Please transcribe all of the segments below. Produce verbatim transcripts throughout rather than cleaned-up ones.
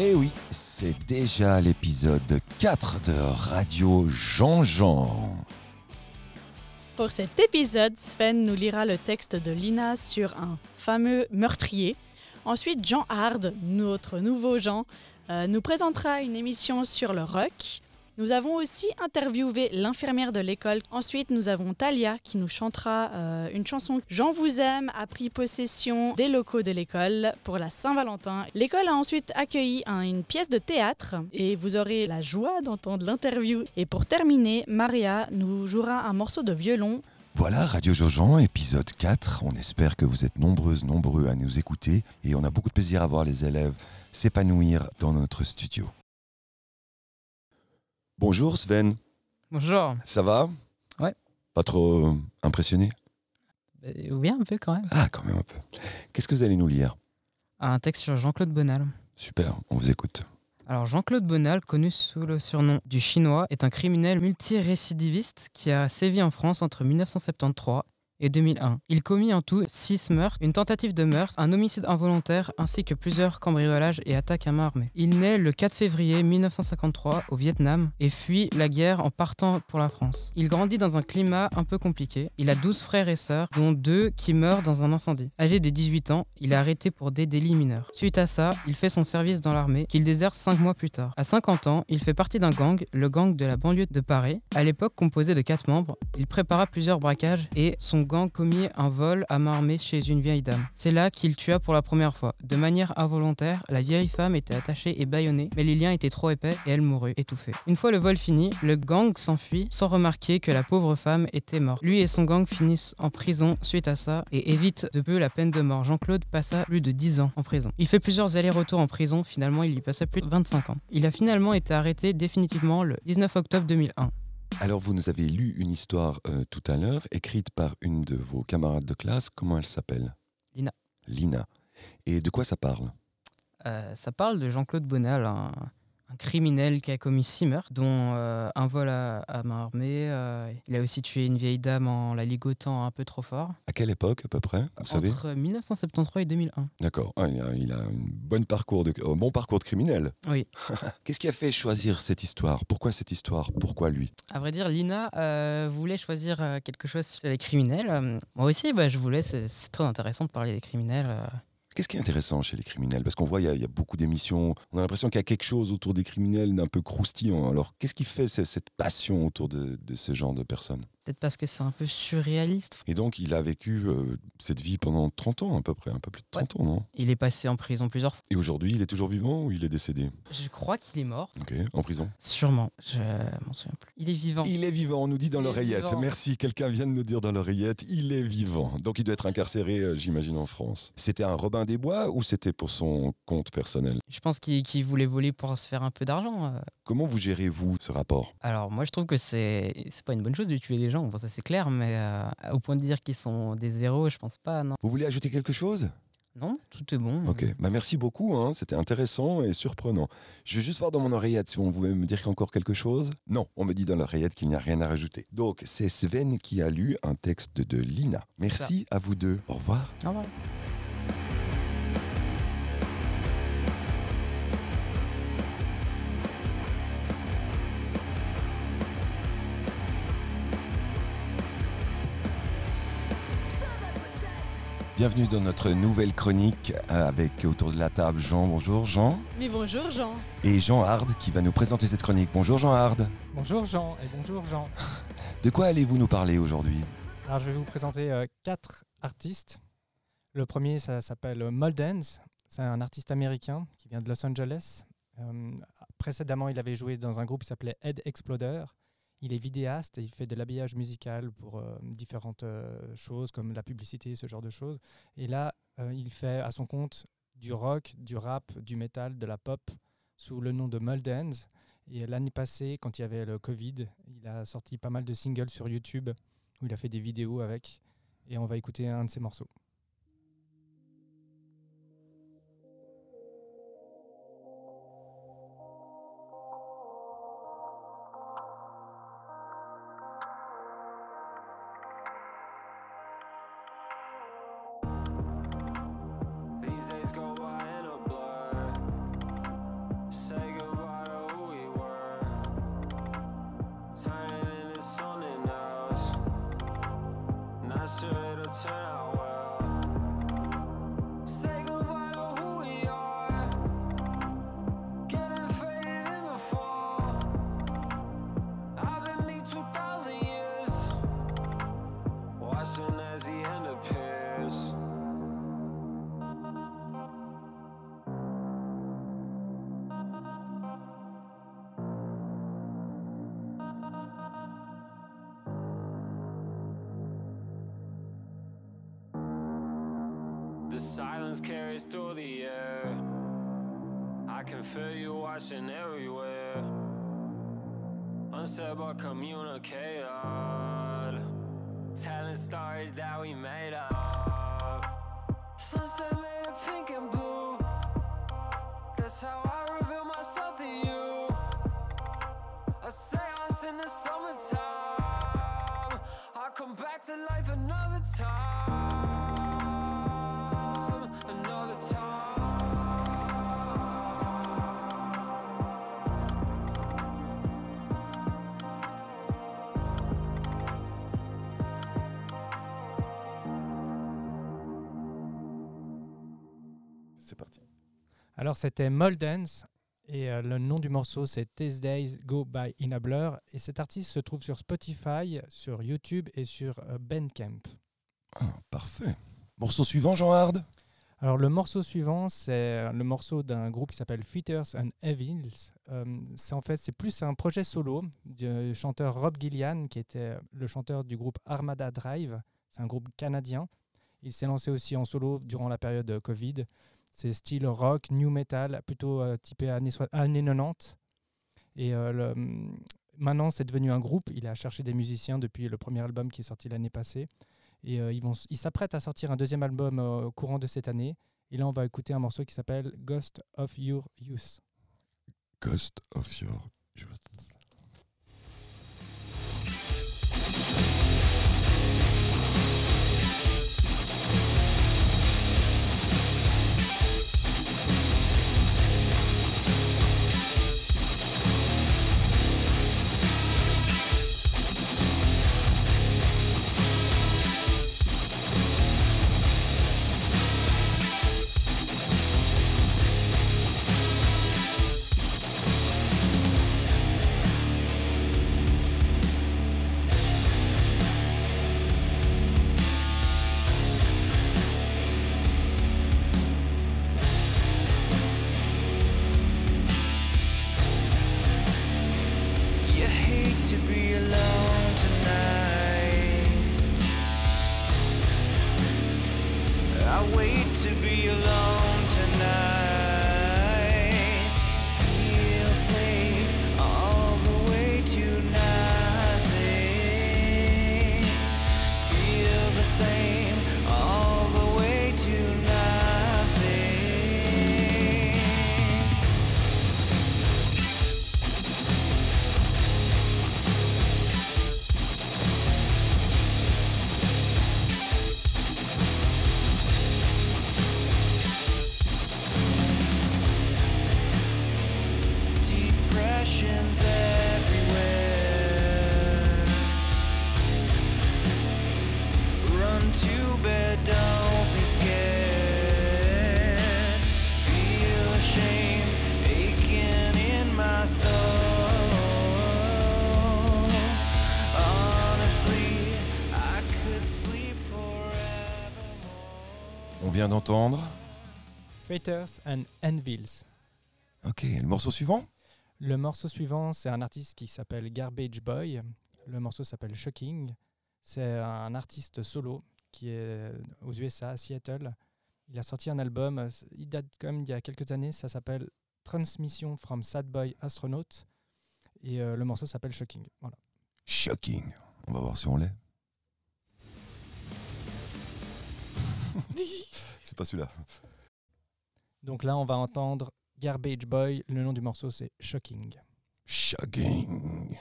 Eh oui, c'est déjà l'épisode quatre de Radio Jean-Jean. Pour cet épisode, Sven nous lira le texte de Lina sur un fameux meurtrier. Ensuite, Jean Hard, notre nouveau Jean, euh, nous présentera une émission sur le rock. Nous avons aussi interviewé l'infirmière de l'école. Ensuite, nous avons Talia qui nous chantera euh, une chanson « Jean vous aime » a pris possession des locaux de l'école pour la Saint-Valentin. L'école a ensuite accueilli un, une pièce de théâtre et vous aurez la joie d'entendre l'interview. Et pour terminer, Maria nous jouera un morceau de violon. Voilà, Radio Jean-Jean, épisode quatre. On espère que vous êtes nombreuses, nombreux à nous écouter et on a beaucoup de plaisir à voir les élèves s'épanouir dans notre studio. Bonjour Sven. Bonjour. Ça va ? Ouais. Pas trop euh, impressionné ? Euh, oui, un peu quand même. Ah, quand même un peu. Qu'est-ce que vous allez nous lire ? Un texte sur Jean-Claude Bonal. Super, on vous écoute. Alors Jean-Claude Bonal, connu sous le surnom du Chinois, est un criminel multirécidiviste qui a sévi en France entre dix-neuf cent soixante-treize et deux mille un. Il commit en tout six meurtres, une tentative de meurtre, un homicide involontaire ainsi que plusieurs cambriolages et attaques à main armée. Il naît le quatre février dix-neuf cent cinquante-trois au Vietnam et fuit la guerre en partant pour la France. Il grandit dans un climat un peu compliqué. Il a douze frères et sœurs, dont deux qui meurent dans un incendie. Âgé de dix-huit ans, il est arrêté pour des délits mineurs. Suite à ça, il fait son service dans l'armée, qu'il déserte cinq mois plus tard. À cinquante ans, il fait partie d'un gang, le gang de la banlieue de Paris. À l'époque composé de quatre membres, il prépara plusieurs braquages et son gang commis un vol à main armée chez une vieille dame. C'est là qu'il tua pour la première fois. De manière involontaire, la vieille femme était attachée et bâillonnée, mais les liens étaient trop épais et elle mourut, étouffée. Une fois le vol fini, le gang s'enfuit sans remarquer que la pauvre femme était morte. Lui et son gang finissent en prison suite à ça et évitent de peu la peine de mort. Jean-Claude passa plus de dix ans en prison. Il fait plusieurs allers-retours en prison, finalement il y passa plus de vingt-cinq ans. Il a finalement été arrêté définitivement le dix-neuf octobre deux mille un. Alors, vous nous avez lu une histoire euh, tout à l'heure, écrite par une de vos camarades de classe. Comment elle s'appelle ? Lina. Lina. Et de quoi ça parle ? Euh, ça parle de Jean-Claude Bonal, un, un criminel qui a commis six meurtres, dont euh, un vol à, à main armée. Euh, il a aussi tué une vieille dame en la ligotant un peu trop fort. À quelle époque, à peu près, vous savez ? Entre dix-neuf cent soixante-treize et deux mille un. D'accord. Ah, il a, il a une bonne parcours de, un bon parcours de criminel. Oui. Qu'est-ce qui a fait choisir cette histoire ? Pourquoi cette histoire ? Pourquoi lui ? À vrai dire, Lina euh, voulait choisir euh, quelque chose sur les criminels. Euh, moi aussi, bah, je voulais. C'est, c'est très intéressant de parler des criminels. Euh. Qu'est-ce qui est intéressant chez les criminels ? Parce qu'on voit, il y, a, il y a beaucoup d'émissions. On a l'impression qu'il y a quelque chose autour des criminels d'un peu croustillant. Alors, qu'est-ce qui fait cette, cette passion autour de, de ce genre de personnes ? Peut-être parce que c'est un peu surréaliste. Et donc, il a vécu euh, cette vie pendant trente ans à peu près, un peu plus de trente Ouais. ans, non ? Il est passé en prison plusieurs fois. Et aujourd'hui, il est toujours vivant ou il est décédé ? Je crois qu'il est mort. Ok, en prison. Sûrement, je m'en souviens plus. Il est vivant. Il est vivant, on nous dit dans Il est l'oreillette. vivant. Merci, quelqu'un vient de nous dire dans l'oreillette, il est vivant. Donc il doit être incarcéré, euh, j'imagine, en France. C'était un Robin des Bois ou c'était pour son compte personnel ? Je pense qu'il, qu'il voulait voler pour se faire un peu d'argent. euh. Comment vous gérez, vous, ce rapport ? Alors moi je trouve que c'est c'est pas une bonne chose de tuer des gens, bon ça c'est clair, mais euh, au point de dire qu'ils sont des héros, je pense pas, non. Vous voulez ajouter quelque chose ? Non, tout est bon. Ok, bah merci beaucoup, hein. C'était intéressant et surprenant. Je vais juste voir dans mon oreillette si on pouvait me dire qu'il y a encore quelque chose. Non, on me dit dans l'oreillette qu'il n'y a rien à rajouter. Donc c'est Sven qui a lu un texte de Lina. Merci à vous deux. Au revoir. Au revoir. Bienvenue dans notre nouvelle chronique avec autour de la table Jean. Bonjour Jean. Mais bonjour Jean. Et Jean Hard qui va nous présenter cette chronique. Bonjour Jean Hard. Bonjour Jean et bonjour Jean. De quoi allez-vous nous parler aujourd'hui ? Alors je vais vous présenter euh, quatre artistes. Le premier ça s'appelle Moldens. C'est un artiste américain qui vient de Los Angeles. Euh, précédemment il avait joué dans un groupe qui s'appelait Head Exploder. Il est vidéaste et il fait de l'habillage musical pour euh, différentes euh, choses comme la publicité, ce genre de choses. Et là, euh, il fait à son compte du rock, du rap, du métal, de la pop sous le nom de Moldens. Et l'année passée, quand il y avait le Covid, il a sorti pas mal de singles sur YouTube où il a fait des vidéos avec. Et on va écouter un de ses morceaux. These days go by in a blur. silence carries through the air. I can feel you watching everywhere. Unsaid but communicated. Telling stories that we made up. Sunset made of pink and blue. That's how I reveal myself to you. A seance in the summertime. I'll come back to life another time. Another time. C'est parti. Alors c'était Moldens et euh, le nom du morceau c'est These Days Go By in a Blur et cet artiste se trouve sur Spotify, sur YouTube et sur euh, Bandcamp. Ah, parfait. Morceau suivant, Jean Hard. Alors le morceau suivant c'est le morceau d'un groupe qui s'appelle Fitters and Evils. Euh, c'est en fait c'est plus un projet solo du chanteur Rob Gillian qui était le chanteur du groupe Armada Drive. C'est un groupe canadien. Il s'est lancé aussi en solo durant la période Covid. C'est style rock, new metal, plutôt euh, typé années, so- années quatre-vingt-dix. Et euh, le, maintenant, c'est devenu un groupe. Il a cherché des musiciens depuis le premier album qui est sorti l'année passée. Et euh, ils, vont, ils s'apprêtent à sortir un deuxième album euh, au courant de cette année. Et là, on va écouter un morceau qui s'appelle Ghost of Your Youth. Ghost of Your Youth. On vient d'entendre. Fitters and Evils. Ok, et le morceau suivant? Le morceau suivant, c'est un artiste qui s'appelle Garbage Boy. Le morceau s'appelle Shocking. C'est un artiste solo qui est aux U S A, à Seattle. Il a sorti un album, il date quand même d'il y a quelques années, ça s'appelle Transmission from Sad Boy Astronaut. Et euh, le morceau s'appelle Shocking. Voilà. Shocking. On va voir si on l'est. C'est pas celui-là. Donc là, on va entendre Garbage Boy. Le nom du morceau, c'est Shocking. Shocking.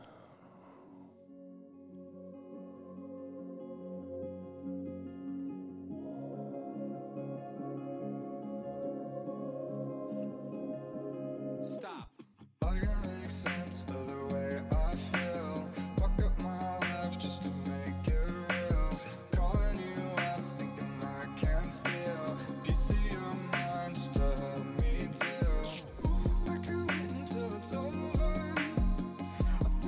Stop. I gotta make sense of the way I feel. Fuck up my life just to make it real. Calling you up, thinking I can't steal piece of your mind just to help me deal. I can't wait until it's over. I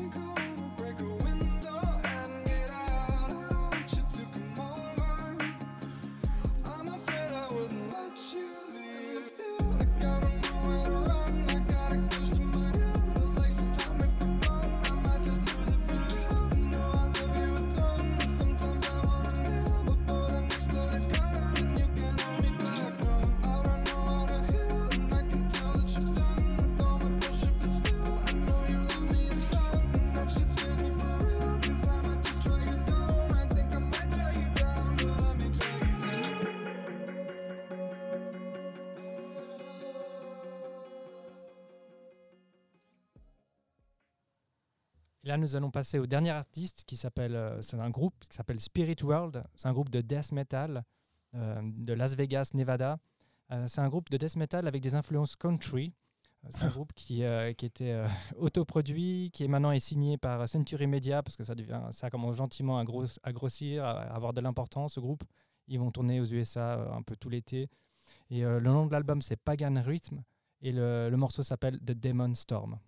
Et là, nous allons passer au dernier artiste qui s'appelle, euh, c'est un groupe qui s'appelle Spirit World. C'est un groupe de death metal euh, de Las Vegas, Nevada. Euh, c'est un groupe de death metal avec des influences country. Euh, C'est un groupe qui, euh, qui était euh, autoproduit, qui est maintenant est signé par Century Media parce que ça, devient, ça commence gentiment à, gros, à grossir, à avoir de l'importance, ce groupe. Ils vont tourner aux U S A euh, un peu tout l'été. Et euh, le nom de l'album, c'est Pagan Rhythm. Et le, le morceau s'appelle The Demon Storm.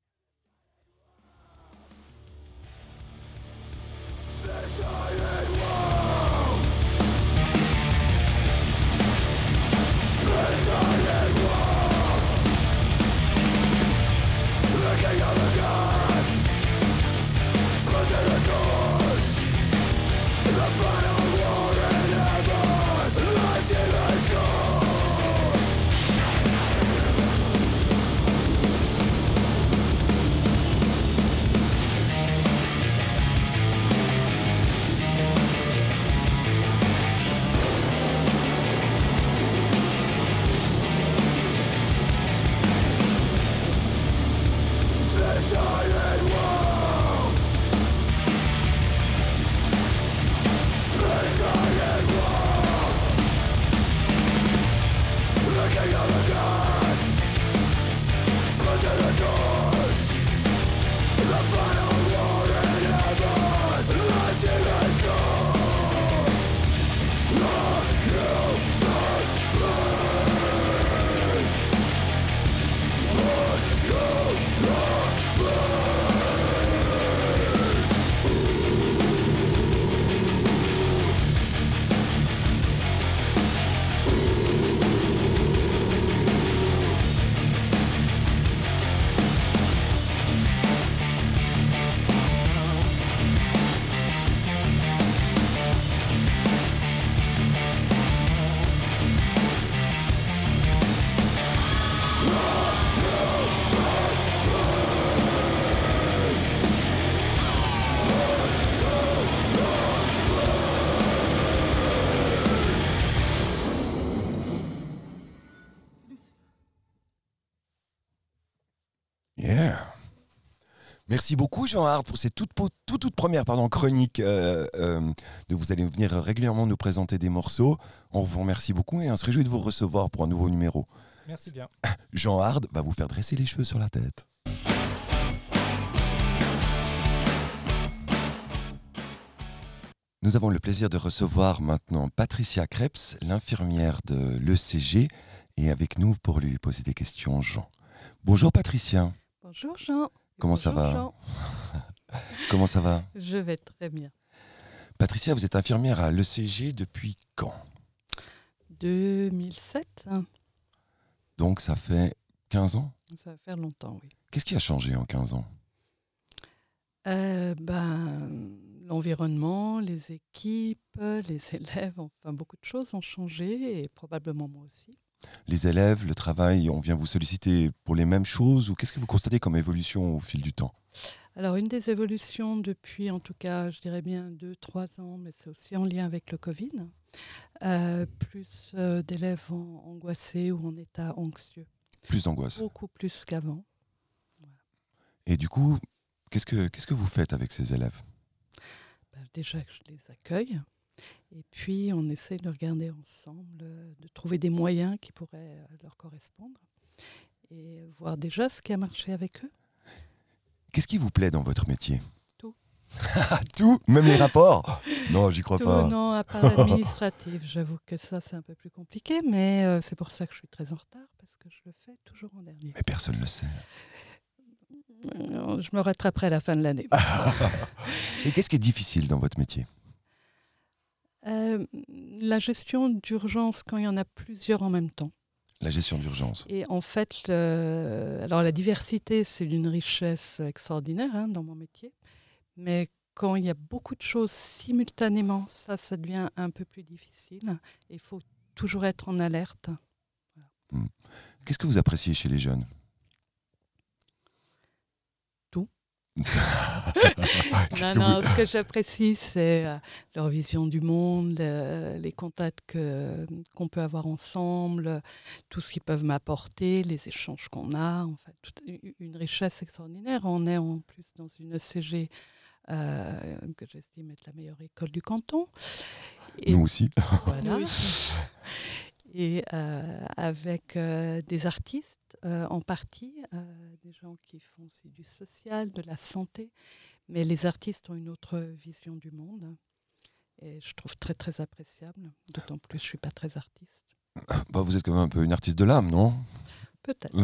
Yeah. Merci beaucoup Jean Hard pour cette toute, toute, toute, toute première pardon, chronique. Euh, euh, de vous allez venir régulièrement nous présenter des morceaux. On vous remercie beaucoup et on se réjouit de vous recevoir pour un nouveau numéro. Merci bien. Jean Hard va vous faire dresser les cheveux sur la tête. Nous avons le plaisir de recevoir maintenant Patricia Krebs, l'infirmière de l'E C G, et avec nous pour lui poser des questions, Jean. Bonjour Patricia. Bonjour Jean. Comment ça Bonjour, va Jean. Comment ça va Je vais très bien. Patricia, vous êtes infirmière à l'E C G depuis quand? deux mille sept, hein. Donc ça fait quinze ans. Ça va faire longtemps, oui. Qu'est-ce qui a changé en quinze ans? Euh, ben, l'environnement, les équipes, les élèves, enfin beaucoup de choses ont changé et probablement moi aussi. Les élèves, le travail, on vient vous solliciter pour les mêmes choses ou qu'est-ce que vous constatez comme évolution au fil du temps? Alors une des évolutions depuis en tout cas, je dirais bien deux, trois ans, mais c'est aussi en lien avec le Covid, euh, plus euh, d'élèves en- angoissés ou en état anxieux, Plus d'angoisse. beaucoup plus qu'avant. Et du coup, qu'est-ce que, qu'est-ce que vous faites avec ces élèves? Ben, déjà que je les accueille. Et puis, on essaie de regarder ensemble, euh, de trouver des moyens qui pourraient euh, leur correspondre et voir déjà ce qui a marché avec eux. Qu'est-ce qui vous plaît dans votre métier? Tout. Tout? Même les rapports? Non, j'y crois Tout, pas. non, à part l'administratif. J'avoue que ça, c'est un peu plus compliqué, mais euh, c'est pour ça que je suis très en retard, parce que je le fais toujours en dernier. Mais personne ne le sait. Euh, Je me rattraperai à la fin de l'année. Et qu'est-ce qui est difficile dans votre métier? Euh, la gestion d'urgence quand il y en a plusieurs en même temps. La gestion d'urgence. Et en fait, le- alors la diversité, c'est une richesse extraordinaire hein, dans mon métier. Mais quand il y a beaucoup de choses simultanément, ça, ça devient un peu plus difficile. Il faut toujours être en alerte. Qu'est-ce que vous appréciez chez les jeunes? Tout. Qu'est-ce Non, que non, vous- ce que j'apprécie, c'est euh, leur vision du monde, euh, les contacts que- qu'on peut avoir ensemble, euh, tout ce qu'ils peuvent m'apporter, les échanges qu'on a, en fait, toute u- une richesse extraordinaire. On est en plus dans une E C G euh, que j'estime être la meilleure école du canton. Et Nous aussi. voilà. Nous aussi. Et euh, avec euh, des artistes euh, en partie, euh, des gens qui font aussi du social, de la santé, mais les artistes ont une autre vision du monde et je trouve très très appréciable, d'autant plus je ne suis pas très artiste. Bah, vous êtes quand même un peu une artiste de l'âme, non? Peut-être.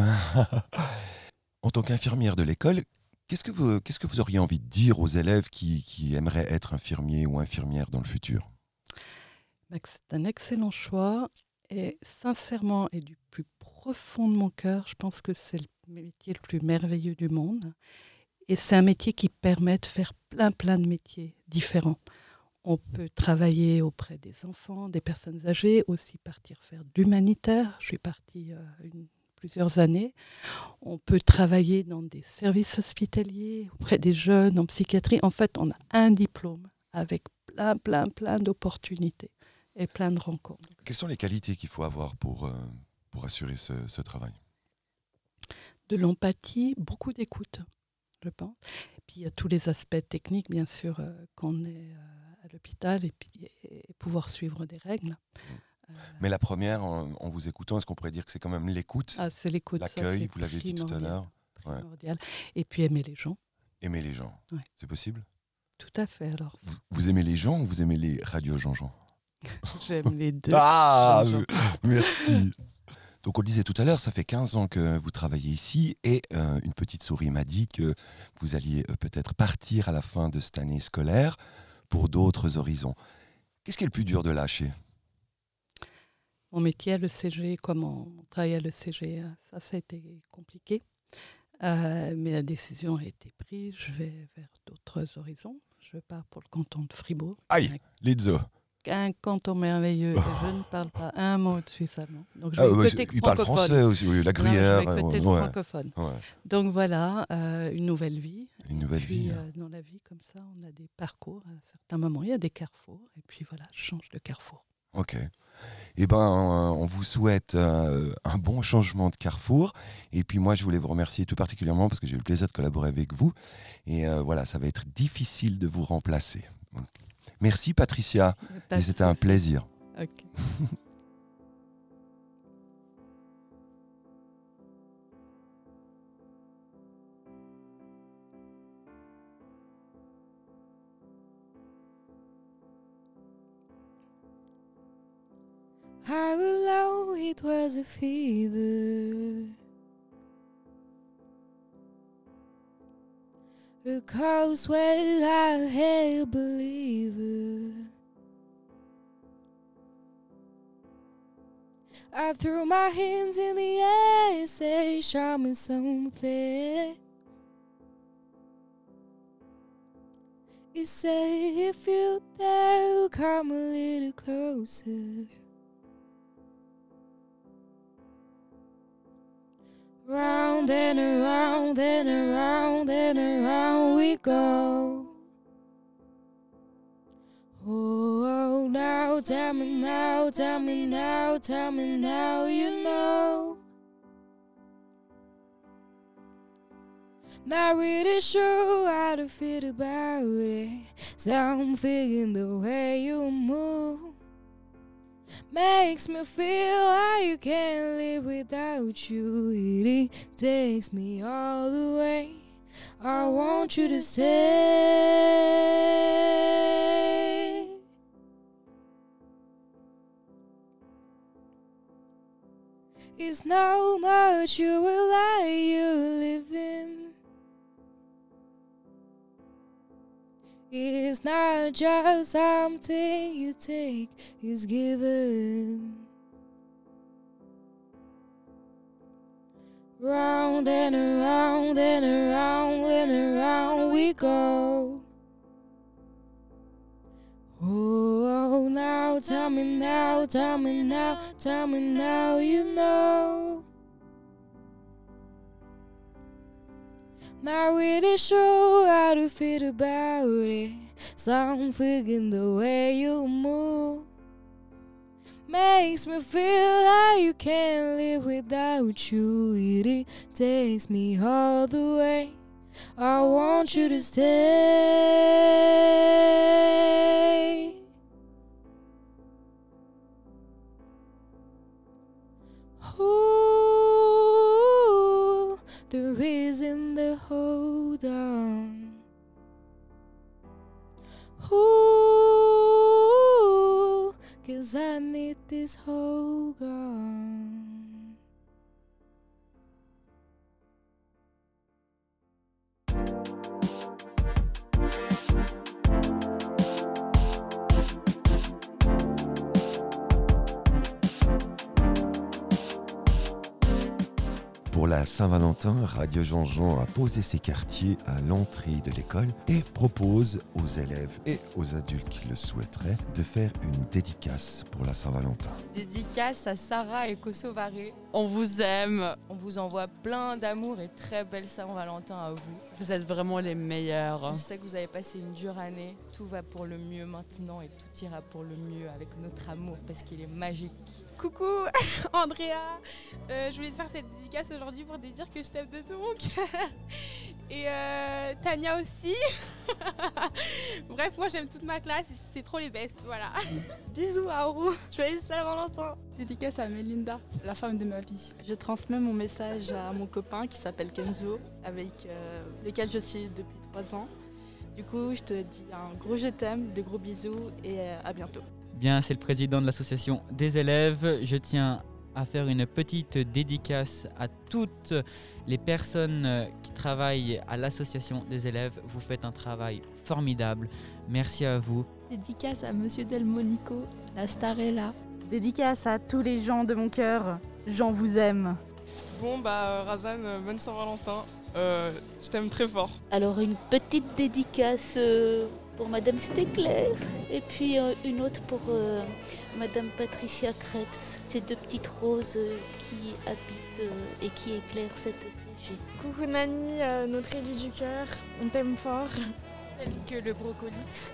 En tant qu'infirmière de l'école, qu'est-ce que vous, qu'est-ce que vous auriez envie de dire aux élèves qui, qui aimeraient être infirmiers ou infirmières dans le futur? Ben, que c'est un excellent choix et sincèrement et du plus profond de mon cœur, je pense que c'est le métier le plus merveilleux du monde et c'est un métier qui permet de faire plein plein de métiers différents. On peut travailler auprès des enfants, des personnes âgées, aussi partir faire de l'humanitaire. Je suis partie euh, une- plusieurs années. On peut travailler dans des services hospitaliers, auprès des jeunes, en psychiatrie. En fait, on a un diplôme avec plein, plein, plein d'opportunités et plein de rencontres. Donc, Quelles sont les qualités qu'il faut avoir pour, euh, pour assurer ce, ce travail? de l'empathie, beaucoup d'écoute, je pense. Puis il y a tous les aspects techniques, bien sûr, euh, qu'on est euh, à l'hôpital et puis et pouvoir suivre des règles. Euh, Mais la première, en, en vous écoutant, est-ce qu'on pourrait dire que c'est quand même l'écoute, ah, c'est l'écoute, ça, l'accueil, c'est vous l'avez dit tout à primordial, l'heure, ouais. primordial. Et puis aimer les gens, aimer les gens? Ouais. C'est possible? tout à fait. Alors, Vous, vous aimez les gens ou vous aimez les radios Jean-Jean? j'aime les deux. Ah, Jean-Jean. merci. Donc on le disait tout à l'heure, ça fait quinze ans que vous travaillez ici et euh, une petite souris m'a dit que vous alliez euh, peut-être partir à la fin de cette année scolaire pour d'autres horizons. Qu'est-ce qui est le plus dur de lâcher? Mon métier à l'E C G, comme mon, mon travail à l'E C G, euh, ça, ça a été compliqué. Euh, mais la décision a été prise. Je vais vers d'autres horizons. Je pars pour le canton de Fribourg. Aïe, Lizzo. Un canton merveilleux. Et je ne parle pas un mot de suisse allemand. Donc je Ah, vais ouais, côté il parle francophone. français aussi, oui, la Non, je gruyère. vais côté euh, le ouais, francophone. ouais. Donc voilà, euh, une nouvelle vie. Une nouvelle Puis vie. euh, dans la vie, comme ça, on a des parcours. À certains moments, il y a des carrefours. Et puis voilà, je change de carrefour. Ok. Eh ben, euh, on vous souhaite euh, un bon changement de carrefour. Et puis moi, je voulais vous remercier tout particulièrement parce que j'ai eu le plaisir de collaborer avec vous. Et euh, voilà, ça va être difficile de vous remplacer. Donc, merci Patricia. Pas Et de c'était un souci. plaisir. Ok. How low it was a fever, a cold sweat I had believer. I threw my hands in the air, say, show me something. He said, if you dare, come a little closer. Round and around and around and around we go. Oh, oh, now tell me now, tell me now, tell me now, you know. Not really sure how to feel about it. Something the way you move makes me feel like you can't live without you. It takes me all the way. I want you to stay. It's not much you will lie you live in. It's not just something you take, it's given. Round and around and around and around we go. Oh, oh, now tell me now, tell me now, tell me now, you know. Not really sure how to feel about it. Something the way you move makes me feel like you can't live without you. It takes me all the way. I want you to stay. Ooh, the reason the hold on. Ooh, 'cause I need this hold on. Pour la Saint-Valentin, Radio Jean-Jean a posé ses quartiers à l'entrée de l'école et propose aux élèves et aux adultes qui le souhaiteraient de faire une dédicace pour la Saint-Valentin. Dédicace à Sarah et Kosovaré. On vous aime. On vous envoie plein d'amour et très belle Saint-Valentin à vous. Vous êtes vraiment les meilleurs. Je sais que vous avez passé une dure année. Tout va pour le mieux maintenant et tout ira pour le mieux avec notre amour parce qu'il est magique. Coucou Andrea, euh, je voulais te faire cette dédicace aujourd'hui pour te dire que je t'aime de tout mon cœur. Et euh, Tania aussi. Bref, moi j'aime toute ma classe, c'est trop les bestes, voilà. Bisous Aurou, joyeux Saint-Valentin. Dédicace à Melinda, la femme de ma vie. Je transmets mon message à mon copain qui s'appelle Kenzo, avec euh, lequel je suis depuis trois ans. Du coup, je te dis un gros je t'aime, de gros bisous et euh, à bientôt. Bien, c'est le président de l'association des élèves. Je tiens à faire une petite dédicace à toutes les personnes qui travaillent à l'association des élèves. Vous faites un travail formidable. Merci à vous. Dédicace à Monsieur Delmonico, la star est là. Dédicace à tous les gens de mon cœur. Jean vous aime. Bon bah Razan, euh, bonne Saint-Valentin. Euh, je t'aime très fort. Alors une petite dédicace euh, pour Madame Steckler et puis euh, une autre pour euh, Madame Patricia Krebs. Ces deux petites roses euh, qui habitent euh, et qui éclairent cette C G. Coucou Nani, euh, notre élu du cœur, on t'aime fort. Tel que le brocoli.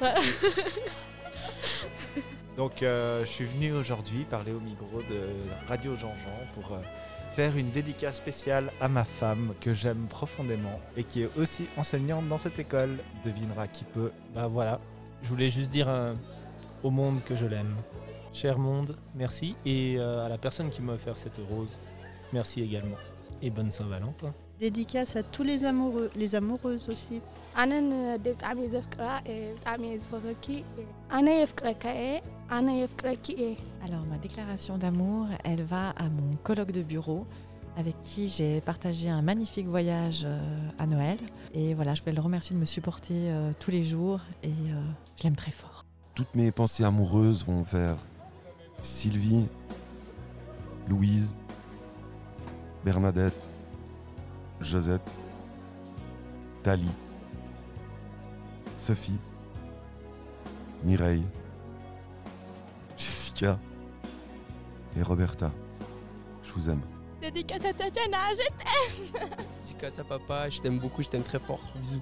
Donc euh, je suis venu aujourd'hui parler au micro de Radio Jean-Jean pour euh, faire une dédicace spéciale à ma femme que j'aime profondément et qui est aussi enseignante dans cette école. Devinera qui peut. Bah voilà, je voulais juste dire euh, au monde que je l'aime. Cher monde, merci. Et euh, à la personne qui m'a offert cette rose, merci également. Et bonne Saint-Valentin. Dédicace à tous les amoureux, les amoureuses aussi. أنا بتعمل زفكرة بتعمل زفكرة أنا يفكرك إيه أنا يفكرك إيه. Alors ma déclaration d'amour, elle va à mon colloque de bureau avec qui j'ai partagé un magnifique voyage euh, à Noël. Et voilà, je vais le remercier de me supporter euh, tous les jours et euh, je l'aime très fort. Toutes mes pensées amoureuses vont vers Sylvie, Louise, Bernadette, Josette, Thalie, Sophie, Mireille, Jessica et Roberta. Je vous aime. Dédicace à Tatiana, je t'aime. Dédicace à papa, je t'aime beaucoup, je t'aime très fort. Bisous.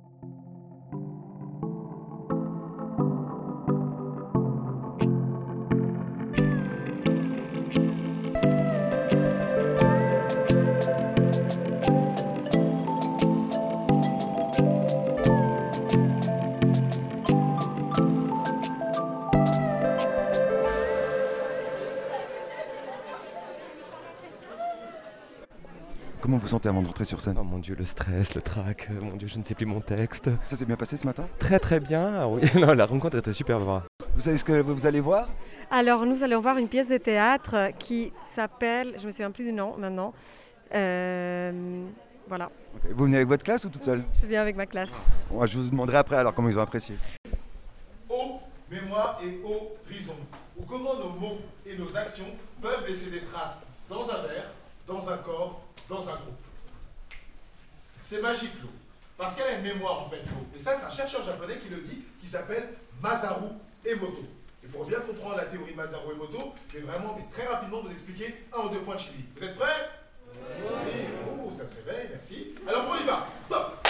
Comment vous sentez avant de rentrer sur scène? Oh mon dieu, le stress, le trac, euh, mon dieu, je ne sais plus mon texte. Ça s'est bien passé ce matin? Très très bien, ah oui, non, la rencontre était super. Vous savez ce que vous allez voir? Alors nous allons voir une pièce de théâtre qui s'appelle, je me souviens plus du nom maintenant, euh, voilà. Okay. Vous venez avec votre classe ou toute seule? Je viens avec ma classe. Bon, je vous demanderai après alors comment ils ont apprécié. Eau, mémoire et horizon, ou comment nos mots et nos actions peuvent laisser des traces dans un verre, dans un corps, dans un groupe. C'est magique l'eau, parce qu'elle a une mémoire en fait l'eau. Et ça c'est un chercheur japonais qui le dit, qui s'appelle Masaru Emoto. Et pour bien comprendre la théorie de Masaru Emoto, je vais vraiment mais très rapidement vous expliquer un ou deux points de chimie. Vous êtes prêts? Oui. Oh, ça se réveille, merci. Alors on y va. Top.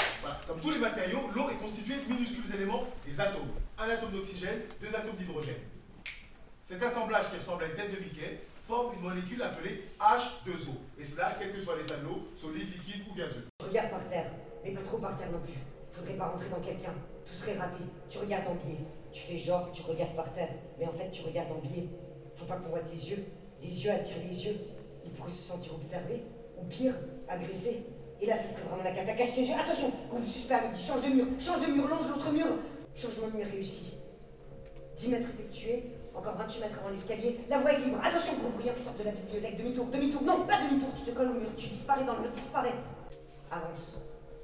atome d'oxygène, deux atomes d'hydrogène. Cet assemblage qui ressemble à une tête de Mickey forme une molécule appelée H deux O. Et cela, quel que soit l'état de l'eau, solide, liquide ou gazeux. Tu regardes par terre, mais pas trop par terre non plus. Faudrait pas rentrer dans quelqu'un, tout serait raté. Tu regardes en biais. Tu fais genre, tu regardes par terre, mais en fait tu regardes en biais. Faut pas qu'on voit tes yeux. Les yeux attirent les yeux. Ils pourraient se sentir observés, ou pire, agressés. Et là, ça serait vraiment la cata. Cache tes yeux. Attention, groupe suspect à midi, change de mur, change de mur, longe l'autre mur. Changement de mur réussi. dix mètres effectués, encore vingt-huit mètres avant l'escalier. La voie est libre. Attention, gros brillant qui sort de la bibliothèque. Demi-tour, demi-tour. Non, pas demi-tour, tu te colles au mur. Tu disparais dans le mur, disparais. Avance.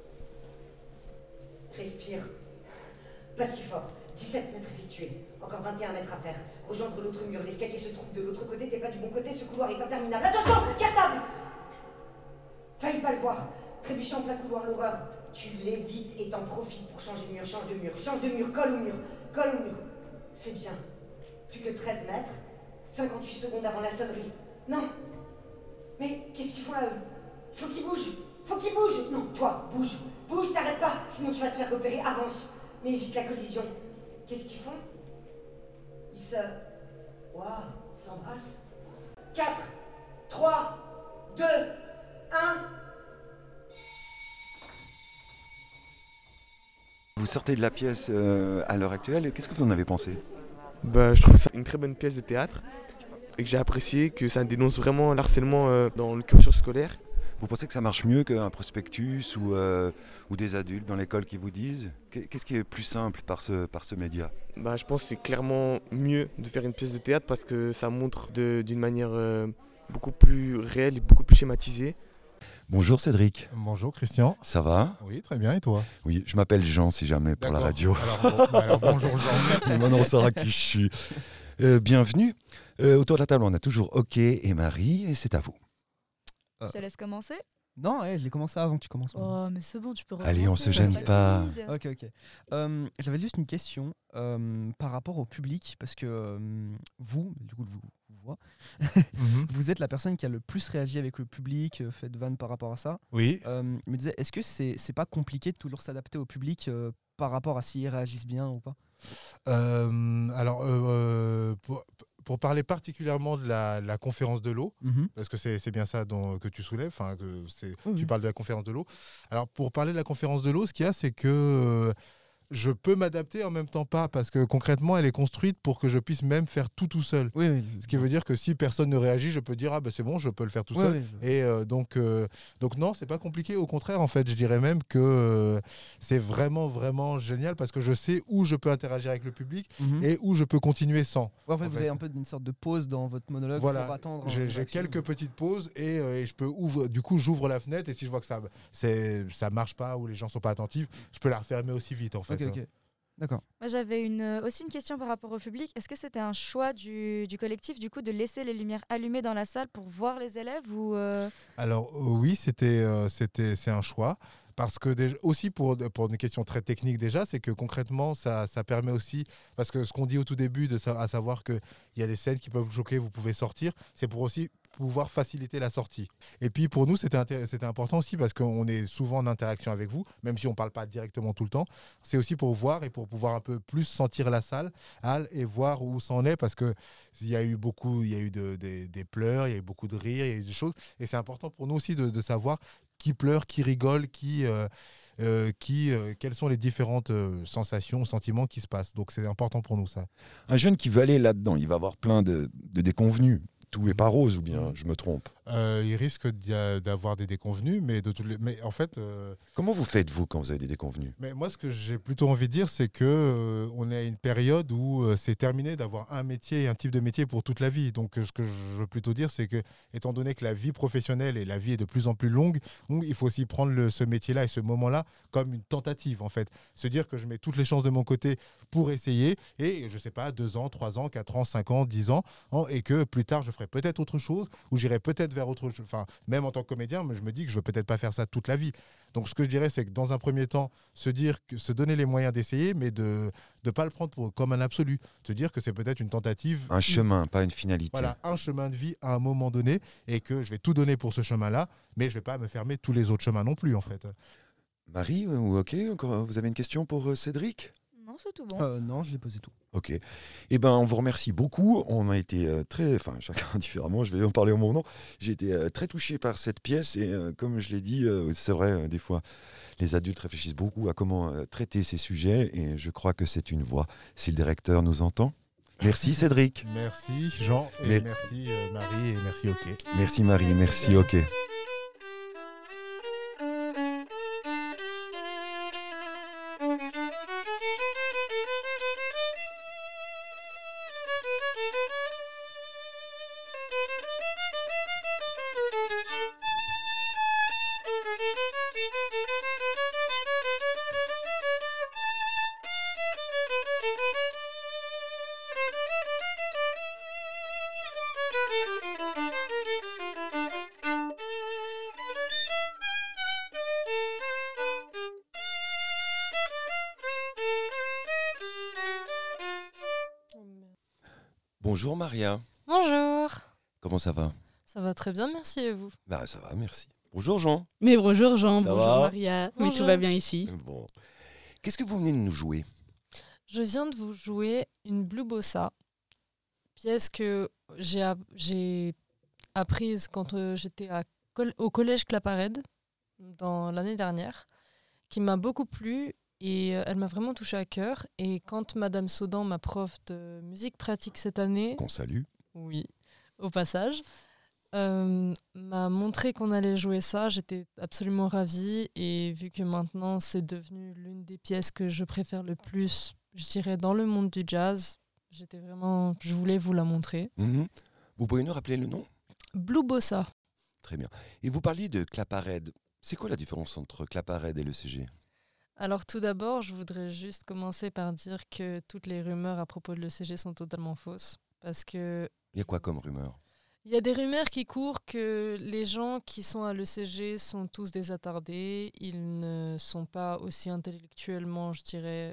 Respire. Pas si fort. dix-sept mètres effectués. Encore vingt et un mètres à faire. Rejoindre l'autre mur. L'escalier se trouve de l'autre côté. T'es pas du bon côté. Ce couloir est interminable. Attention, cartable. Failli pas le voir. Trébuchant en plein couloir, l'horreur. Tu l'évites et t'en profites pour changer de mur. Change de mur. Change de mur. Colle au mur. Colle au mur. C'est bien. Plus que treize mètres. cinquante-huit secondes avant la sonnerie. Non. Mais qu'est-ce qu'ils font là, eux? Faut qu'ils bougent. Faut qu'ils bougent. Non, toi, bouge. Bouge, t'arrêtes pas. Sinon tu vas te faire repérer. Avance. Mais évite la collision. Qu'est-ce qu'ils font? Ils se... Waouh, ils s'embrassent. quatre, trois, deux, un... Vous sortez de la pièce euh, à l'heure actuelle, qu'est-ce que vous en avez pensé? Bah, je trouve ça une très bonne pièce de théâtre et que j'ai apprécié, que ça dénonce vraiment l'harcèlement euh, dans le cursus scolaire. Vous pensez que ça marche mieux qu'un prospectus ou, euh, ou des adultes dans l'école qui vous disent? Qu'est-ce qui est plus simple par ce, par ce média? Bah, je pense que c'est clairement mieux de faire une pièce de théâtre parce que ça montre de, d'une manière euh, beaucoup plus réelle et beaucoup plus schématisée. Bonjour Cédric. Bonjour Christian. Ça va? Oui, très bien, et toi? Oui, je m'appelle Jean si jamais pour la radio. Alors, bon, bah alors bonjour Jean. Maintenant on saura qui je suis. Euh, bienvenue. Euh, autour de la table, on a toujours Ok et Marie, et c'est à vous. Je te laisse commencer. Non, ouais, je l'ai commencé avant que tu commences. Oh, mais c'est bon, tu peux Allez, on se gêne pas. Ok, ok. Euh, J'avais juste une question euh, par rapport au public, parce que euh, vous, du coup, vous, vous voit, Mhm. vous êtes la personne qui a le plus réagi avec le public, euh, fait de vannes par rapport à ça. Oui. Euh, je me disais, est-ce que c'est c'est pas compliqué de toujours s'adapter au public euh, par rapport à s'ils réagissent bien ou pas? Euh, alors, euh, pour, pour parler particulièrement de la, la conférence de l'eau, Mhm. parce que c'est c'est bien ça dont, que tu soulèves, enfin, que c'est- Oui, tu oui. parles de la conférence de l'eau. Alors, pour parler de la conférence de l'eau, ce qu'il y a, c'est que euh, je peux m'adapter en même temps pas, parce que concrètement, elle est construite pour que je puisse même faire tout tout seul. Oui, oui. Ce qui veut dire que si personne ne réagit, je peux dire ah ben c'est bon, je peux le faire tout Oui, seul. oui, je- Et euh, donc euh, donc non, c'est pas compliqué. Au contraire, en fait, je dirais même que euh, c'est vraiment vraiment génial parce que je sais où je peux interagir avec le public Mhm. et où je peux continuer sans. Ouais, en fait, en vous fait. avez un peu une sorte de pause dans votre monologue Voilà, pour attendre. j'ai une j'ai réaction. quelques petites pauses et, euh, et je peux ouvrir. Du coup, j'ouvre la fenêtre et si je vois que ça c'est ça marche pas ou les gens sont pas attentifs, je peux la refermer aussi vite en fait. Ok, ok. D'accord. Moi, j'avais une, euh, aussi une question par rapport au public. Est-ce que c'était un choix du, du collectif, du coup, de laisser les lumières allumées dans la salle pour voir les élèves ou euh, Alors euh, oui, c'était, euh, c'était, c'est un choix. Parce que déjà, aussi pour, pour une question très technique déjà, c'est que concrètement, ça, ça permet aussi, parce que ce qu'on dit au tout début, de sa- à savoir qu'il y a des scènes qui peuvent vous choquer, vous pouvez sortir, c'est pour aussi pouvoir faciliter la sortie. Et puis pour nous, c'était, intér- c'était important aussi parce qu'on est souvent en interaction avec vous, même si on ne parle pas directement tout le temps. C'est aussi pour voir et pour pouvoir un peu plus sentir la salle halle, et voir où ça en est, parce qu'il y a eu beaucoup, il y a eu de- des- des pleurs, il y a eu beaucoup de rires, il y a eu des choses. Et c'est important pour nous aussi de, de savoir qui pleure, qui rigole, qui, euh, euh, qui, euh, quelles sont les différentes euh, sensations, sentiments qui se passent. Donc c'est important pour nous ça. Un jeune qui veut aller là-dedans, il va avoir plein de, de déconvenus. Tout n'est pas rose ou bien je me trompe? Euh, il risque d'y a- d'avoir des déconvenus, mais, de toutes les... mais en fait... euh, Comment vous faites, vous, quand vous avez des déconvenus? Mais moi, ce que j'ai plutôt envie de dire, c'est que euh, on est à une période où euh, c'est terminé d'avoir un métier et un type de métier pour toute la vie. Donc, euh, ce que je veux plutôt dire, c'est que, étant donné que la vie professionnelle et la vie est de plus en plus longue, donc, il faut aussi prendre le- ce métier-là et ce moment-là comme une tentative, en fait. Se dire que je mets toutes les chances de mon côté pour essayer, et je sais pas, deux ans, trois ans, quatre ans, cinq ans, dix ans, hein, et que plus tard, je ferai peut-être autre chose, ou j'irai peut-être vers autre chose. Enfin, même en tant que comédien, mais je me dis que je veux peut-être pas faire ça toute la vie. Donc, ce que je dirais, c'est que dans un premier temps, se dire que se donner les moyens d'essayer, mais de ne pas le prendre pour, comme un absolu. Se dire que c'est peut-être une tentative. Un chemin, pas une finalité. Voilà, un chemin de vie à un moment donné, et que je vais tout donner pour ce chemin-là, mais je vais pas me fermer tous les autres chemins non plus, en fait. Marie ou Ok, encore, vous avez une question pour euh, Cédric? Non, c'est tout bon. Euh, non, je l'ai posé tout. Ok. Eh ben, on vous remercie beaucoup. On a été euh, très, enfin, chacun différemment. Je vais en parler au mon nom. J'ai été euh, très touché par cette pièce et euh, comme je l'ai dit, euh, c'est vrai, euh, des fois, les adultes réfléchissent beaucoup à comment euh, traiter ces sujets et je crois que c'est une voie. Si le directeur nous entend. Merci Cédric. Merci Jean et Mais- merci euh, Marie et merci OK. Merci Marie, merci OK. Bonjour Maria. Bonjour. Comment ça va? Ça va très bien, merci et vous? Bah ça va, merci. Bonjour Jean. Mais bonjour Jean, Ça bonjour va Maria. Oui, Bonjour. tout va bien ici. Bon. Qu'est-ce que vous venez de nous jouer? Je viens de vous jouer une Blue Bossa, pièce que j'ai app- j'ai apprise quand euh, j'étais à col- au collège Claparède dans l'année dernière, qui m'a beaucoup plu et euh, elle m'a vraiment touché à cœur. Et quand Madame Saudan, ma prof de musique pratique cette année, Qu'on salue. oui, au passage, euh, m'a montré qu'on allait jouer ça, j'étais absolument ravie. Et vu que maintenant c'est devenu l'une des pièces que je préfère le plus, je dirais, dans le monde du jazz, j'étais vraiment, je voulais vous la montrer. Mhm. Vous pouvez nous rappeler le nom? Blue Bossa. Très bien. Et vous parliez de Claparède. C'est quoi la différence entre Claparède et le C G? Alors tout d'abord, je voudrais juste commencer par dire que toutes les rumeurs à propos de l'E C G sont totalement fausses. Parce que Il y a quoi comme rumeur? il y a des rumeurs qui courent que les gens qui sont à l'E C G sont tous des attardés. Ils ne sont pas aussi intellectuellement, je dirais,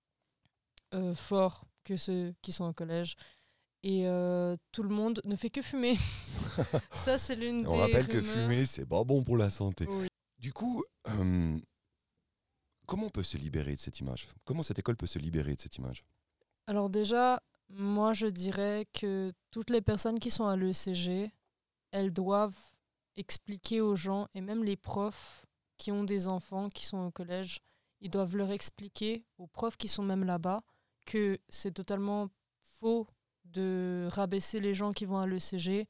euh, forts que ceux qui sont au collège. Et euh, tout le monde ne fait que fumer. Ça, c'est l'une des On rappelle que rumeurs. fumer, c'est pas bon pour la santé. Oui. Du coup, euh, comment on peut se libérer de cette image? Comment cette école peut se libérer de cette image? Alors déjà, moi je dirais que toutes les personnes qui sont à l'E C G, elles doivent expliquer aux gens, et même les profs qui ont des enfants qui sont au collège, ils doivent leur expliquer, aux profs qui sont même là-bas, que c'est totalement faux de rabaisser les gens qui vont à l'E C G,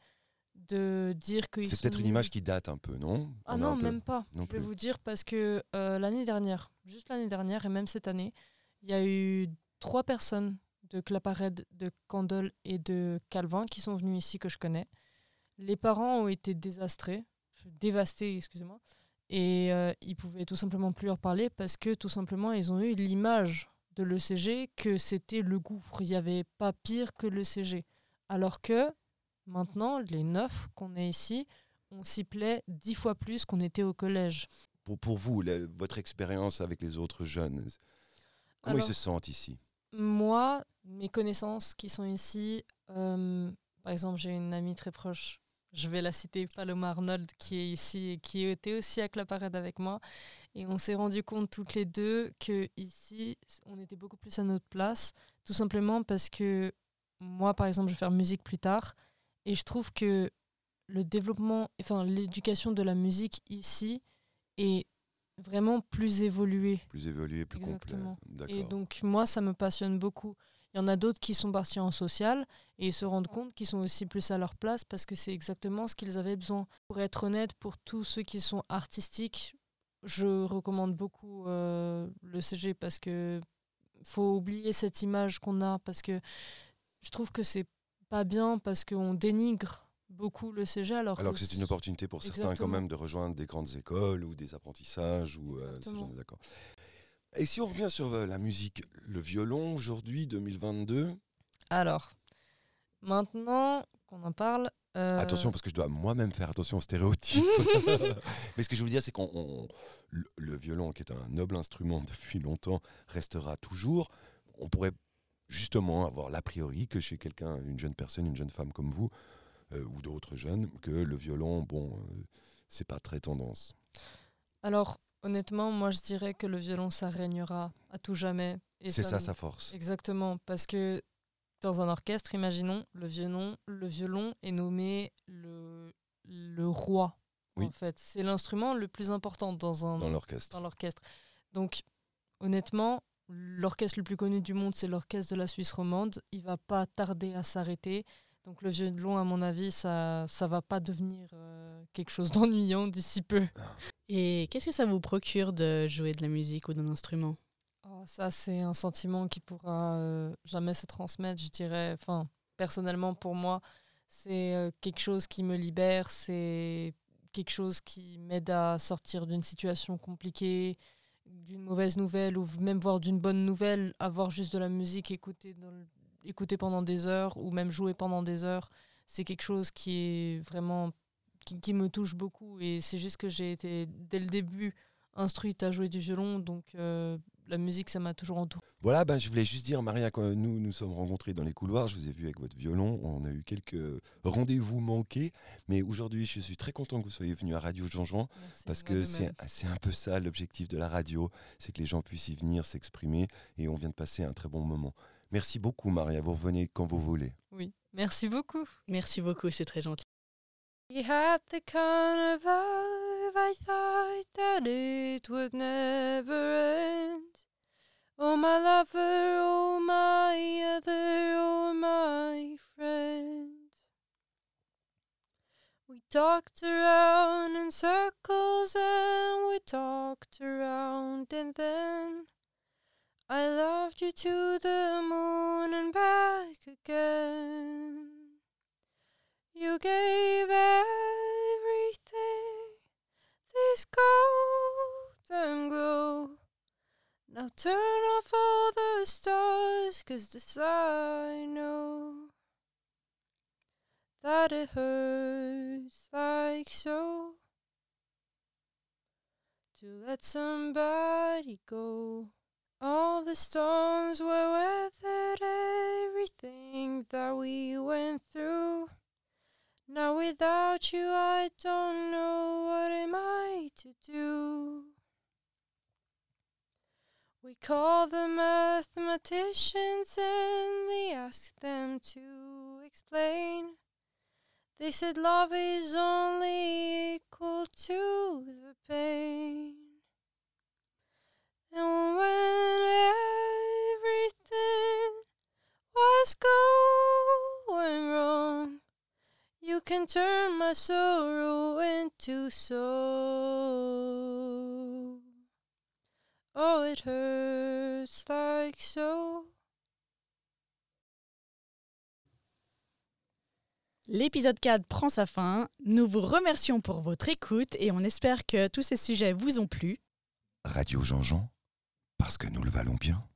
de dire qu'ils sont C'est peut-être une nuls. image qui date un peu, non? Ah On a non, un peu- même pas. non Je vais plus. vous dire parce que euh, l'année dernière, juste l'année dernière et même cette année, il y a eu trois personnes de Claparède, de Candolle et de Calvin qui sont venus ici que je connais. Les parents ont été désastrés, dévastés, excusez-moi, et euh, ils pouvaient tout simplement plus leur parler parce que tout simplement ils ont eu l'image de l'E C G que c'était le gouffre. Il n'y avait pas pire que l'E C G. Alors que maintenant, les neuf qu'on est ici, on s'y plaît dix fois plus qu'on était au collège. Pour, pour vous, la- votre expérience avec les autres jeunes, comment Alors, ils se sentent ici? Moi, mes connaissances qui sont ici, euh, par exemple, j'ai une amie très proche, je vais la citer, Paloma Arnold, qui est ici et qui était aussi à Claparède avec moi. Et on s'est rendu compte toutes les deux que ici, on était beaucoup plus à notre place, tout simplement parce que moi, par exemple, je vais faire musique plus tard, et je trouve que le développement, enfin l'éducation de la musique ici est vraiment plus évoluée. Plus évolué, plus Exactement. complet. Et D'accord. donc moi, ça me passionne beaucoup. Il y en a d'autres qui sont partis en social et ils se rendent compte qu'ils sont aussi plus à leur place parce que c'est exactement ce qu'ils avaient besoin. Pour être honnête, pour tous ceux qui sont artistiques, je recommande beaucoup euh, le C G parce que faut oublier cette image qu'on a parce que je trouve que c'est pas bien parce qu'on dénigre beaucoup le C G alors, Alors que c'est une opportunité pour certains quand Exactement. même de rejoindre des grandes écoles ou des apprentissages. Ou, euh, ce genre de- d'accord. Et si on revient sur euh, la musique, le violon aujourd'hui, deux mille vingt-deux, Alors, maintenant qu'on en parle... euh, attention parce que je dois moi-même faire attention aux stéréotypes. Mais ce que je veux dire, c'est qu'on on- le, le violon, qui est un noble instrument depuis longtemps, restera toujours. On pourrait justement avoir l'a priori que chez quelqu'un, une jeune personne, une jeune femme comme vous, euh, ou d'autres jeunes, que le violon, bon, euh, c'est pas très tendance. Alors, honnêtement, moi, je dirais que le violon, ça régnera à tout jamais. Et C'est ça, me- sa force. Exactement, parce que dans un orchestre, imaginons, le violon, le violon est nommé le, le roi, Oui. en fait. C'est l'instrument le plus important dans un Dans l'orchestre. dans l'orchestre. Donc, honnêtement, l'orchestre le plus connu du monde, c'est l'orchestre de la Suisse romande. Il va pas tarder à s'arrêter. Donc, le violon, à mon avis, ça ça va pas devenir euh, quelque chose d'ennuyant d'ici peu. Et qu'est-ce que ça vous procure de jouer de la musique ou d'un instrument? Oh, ça, c'est un sentiment qui pourra euh, jamais se transmettre, je dirais. Enfin, personnellement, pour moi, c'est euh, quelque chose qui me libère, c'est quelque chose qui m'aide à sortir d'une situation compliquée, d'une mauvaise nouvelle ou même voire d'une bonne nouvelle. Avoir juste de la musique, écouter, dans le- écouter pendant des heures ou même jouer pendant des heures, c'est quelque chose qui est vraiment qui, qui me touche beaucoup. Et c'est juste que j'ai été, dès le début, instruite à jouer du violon, donc euh, la musique, ça m'a toujours entourée. Voilà, ben, je voulais juste dire, Maria, quand nous nous sommes rencontrés dans les couloirs, je vous ai vu avec votre violon, on a eu quelques rendez-vous manqués, mais aujourd'hui, je suis très content que vous soyez venu à Radio Jean-Jean, parce que c'est c'est un peu ça l'objectif de la radio, c'est que les gens puissent y venir, s'exprimer, et on vient de passer un très bon moment. Merci beaucoup, Maria, vous revenez quand vous voulez. Oui, merci beaucoup. Merci beaucoup, c'est très gentil. We had the kind of love I thought that it would never end. Oh, my lover, oh, my other, oh, my friend. We talked around in circles and we talked around and then I loved you to the moon and back again. You gave everything this golden glow. Now turn off all the stars, 'cause this I know that it hurts like so to let somebody go. All the storms were weathered, everything that we went through. Now without you I don't know what am I to do. We called the mathematicians and they asked them to explain. They said love is only equal to the pain. And when everything was going wrong, you can turn my sorrow into song. Oh, it hurts like so. L'épisode quatre prend sa fin. Nous vous remercions pour votre écoute et on espère que tous ces sujets vous ont plu. Radio Jean-Jean, parce que nous le valons bien.